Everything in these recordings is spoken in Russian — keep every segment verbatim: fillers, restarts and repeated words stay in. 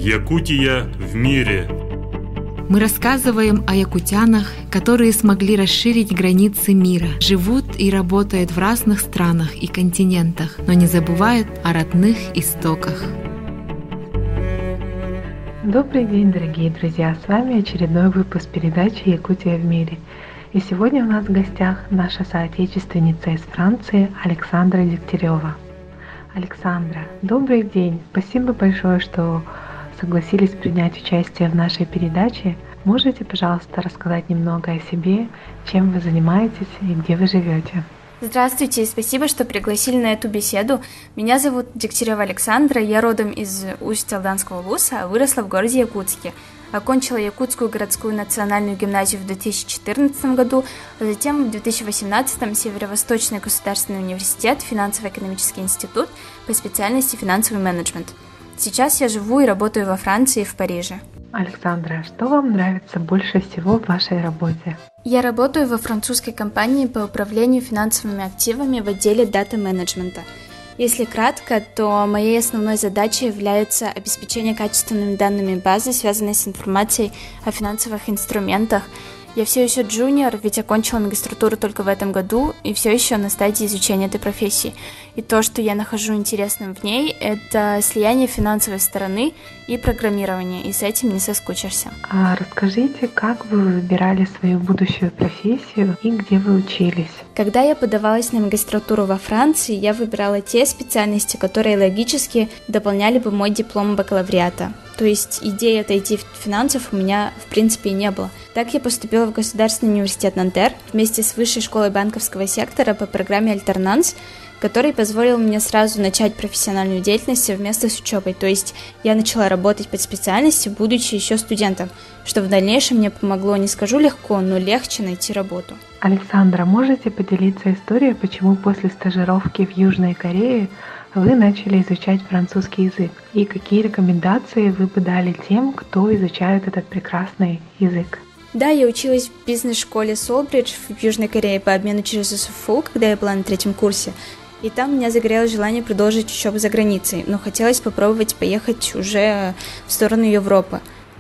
Якутия в мире. Мы рассказываем о якутянах, которые смогли расширить границы мира, живут и работают в разных странах и континентах, но не забывают о родных истоках. Добрый день, дорогие друзья! С вами очередной выпуск передачи «Якутия в мире». И сегодня у нас в гостях наша соотечественница из Франции Александра Дегтярева. Александра, добрый день! Спасибо большое, что согласились принять участие в нашей передаче. Можете, пожалуйста, рассказать немного о себе, чем вы занимаетесь и где вы живете? Здравствуйте, спасибо, что пригласили на эту беседу. Меня зовут Дегтярева Александра, я родом из Усть-Алданского вуза, а выросла в городе Якутске. Окончила Якутскую городскую национальную гимназию в две тысячи четырнадцатом году, а затем в две тысячи восемнадцатом Северо-Восточный государственный университет, финансово-экономический институт по специальности финансовый менеджмент. Сейчас я живу и работаю во Франции, в Париже. Александра, что вам нравится больше всего в вашей работе? Я работаю во французской компании по управлению финансовыми активами в отделе дата-менеджмента. Если кратко, то моей основной задачей является обеспечение качественными данными базы, связанной с информацией о финансовых инструментах. Я все еще джуниор, ведь окончила магистратуру только в этом году и все еще на стадии изучения этой профессии. И то, что я нахожу интересным в ней, это слияние финансовой стороны и программирования, и с этим не соскучишься. А расскажите, как вы выбирали свою будущую профессию и где вы учились? Когда я подавалась на магистратуру во Франции, я выбирала те специальности, которые логически дополняли бы мой диплом бакалавриата. То есть идеи отойти в финансов у меня в принципе и не было. Так я поступила в Государственный университет Нантер вместе с Высшей школой банковского сектора по программе «Альтернанс», который позволил мне сразу начать профессиональную деятельность совместно с учебой. То есть я начала работать по специальности, будучи еще студентом, что в дальнейшем мне помогло, не скажу легко, но легче найти работу. Александра, можете поделиться историей, почему после стажировки в Южной Корее вы начали изучать французский язык? И какие рекомендации вы бы дали тем, кто изучает этот прекрасный язык? Да, я училась в бизнес-школе Солбридж в Южной Корее по обмену через эс эф у, когда я была на третьем курсе. И там у меня загорелось желание продолжить учебу за границей, но хотелось попробовать поехать уже в сторону Европы.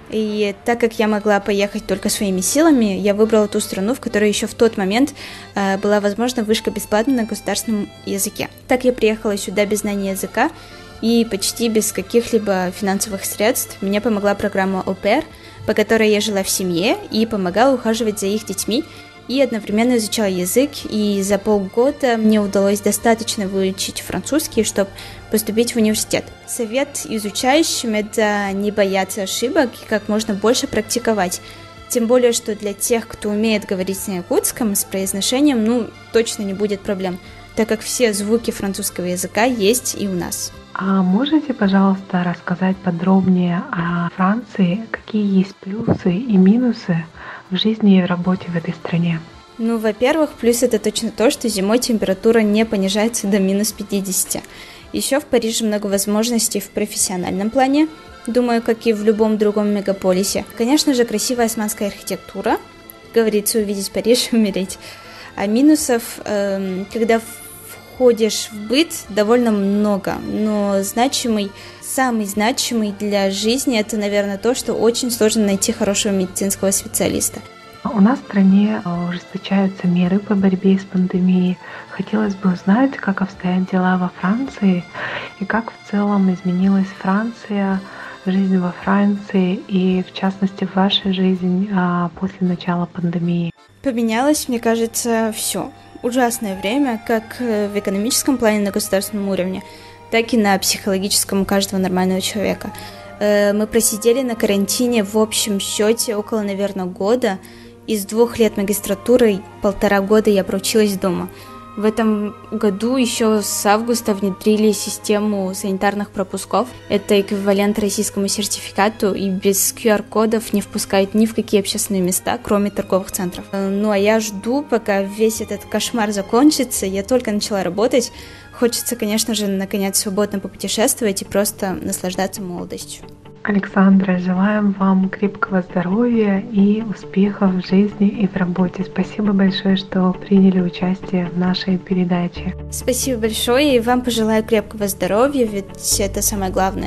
И так как я могла поехать только своими силами, я выбрала ту страну, в которой еще в тот момент э, была возможна вышка бесплатно на государственном языке. Так я приехала сюда без знания языка и почти без каких-либо финансовых средств. Мне помогла программа Au Pair, по которой я жила в семье и помогала ухаживать за их детьми, и одновременно изучала язык, и за полгода мне удалось достаточно выучить французский, чтобы поступить в университет. Совет изучающим – это не бояться ошибок и как можно больше практиковать. Тем более, что для тех, кто умеет говорить на якутском, с произношением, ну, точно не будет проблем, так как все звуки французского языка есть и у нас. А можете, пожалуйста, рассказать подробнее о Франции, какие есть плюсы и минусы в жизни и в работе в этой стране? Ну, во-первых, плюс это точно то, что зимой температура не понижается до минус пятьдесят. Еще в Париже много возможностей в профессиональном плане, думаю, как и в любом другом мегаполисе. Конечно же, красивая османская архитектура, говорится, увидеть Париж и умереть. А минусов, э, когда входишь в быт, довольно много, но значимый, самый значимый для жизни это, наверное, то, что очень сложно найти хорошего медицинского специалиста. У нас в стране ужесточаются меры по борьбе с пандемией. Хотелось бы узнать, как обстоят дела во Франции и как в целом изменилась Франция, жизнь во Франции и, в частности, ваша жизнь после начала пандемии. Поменялось, мне кажется, все. Ужасное время, как в экономическом плане на государственном уровне, так и на психологическом у каждого нормального человека. Мы просидели на карантине в общем счете около, наверное, года. Из двух лет магистратуры полтора года я проучилась дома. В этом году еще с августа внедрили систему санитарных пропусков. Это эквивалент российскому сертификату, и без ку ар-кодов не впускают ни в какие общественные места, кроме торговых центров. Ну а я жду, пока весь этот кошмар закончится. Я только начала работать. Хочется, конечно же, наконец свободно попутешествовать и просто наслаждаться молодостью. Александра, желаем вам крепкого здоровья и успехов в жизни и в работе. Спасибо большое, что приняли участие в нашей передаче. Спасибо большое, и вам пожелаю крепкого здоровья, ведь это самое главное.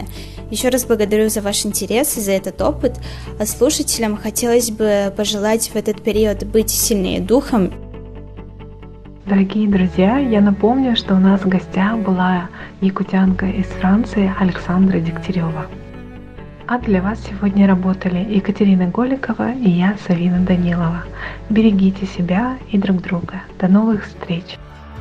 Еще раз благодарю за ваш интерес и за этот опыт, а слушателям хотелось бы пожелать в этот период быть сильнее духом. Дорогие друзья, я напомню, что у нас в гостях была якутянка из Франции Александра Дегтярева. А для вас сегодня работали Екатерина Голикова и я, Савина Данилова. Берегите себя и друг друга. До новых встреч!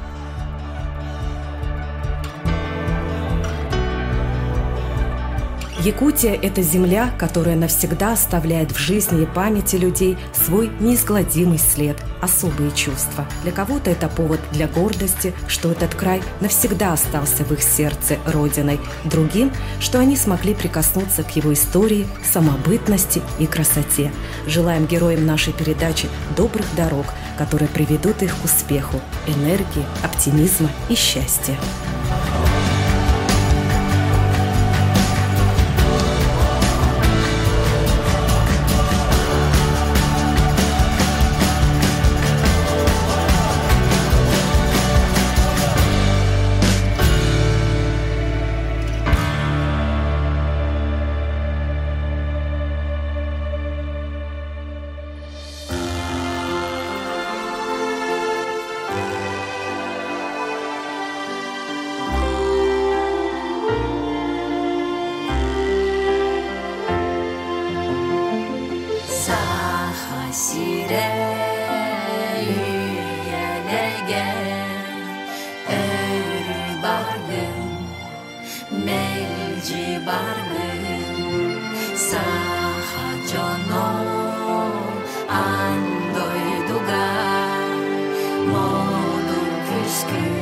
Якутия – это земля, которая навсегда оставляет в жизни и памяти людей свой неизгладимый след, особые чувства. Для кого-то это повод для гордости, что этот край навсегда остался в их сердце родиной. Другим, что они смогли прикоснуться к его истории, самобытности и красоте. Желаем героям нашей передачи добрых дорог, которые приведут их к успеху, энергии, оптимизма и счастья. 안 도이도가 모두 규스크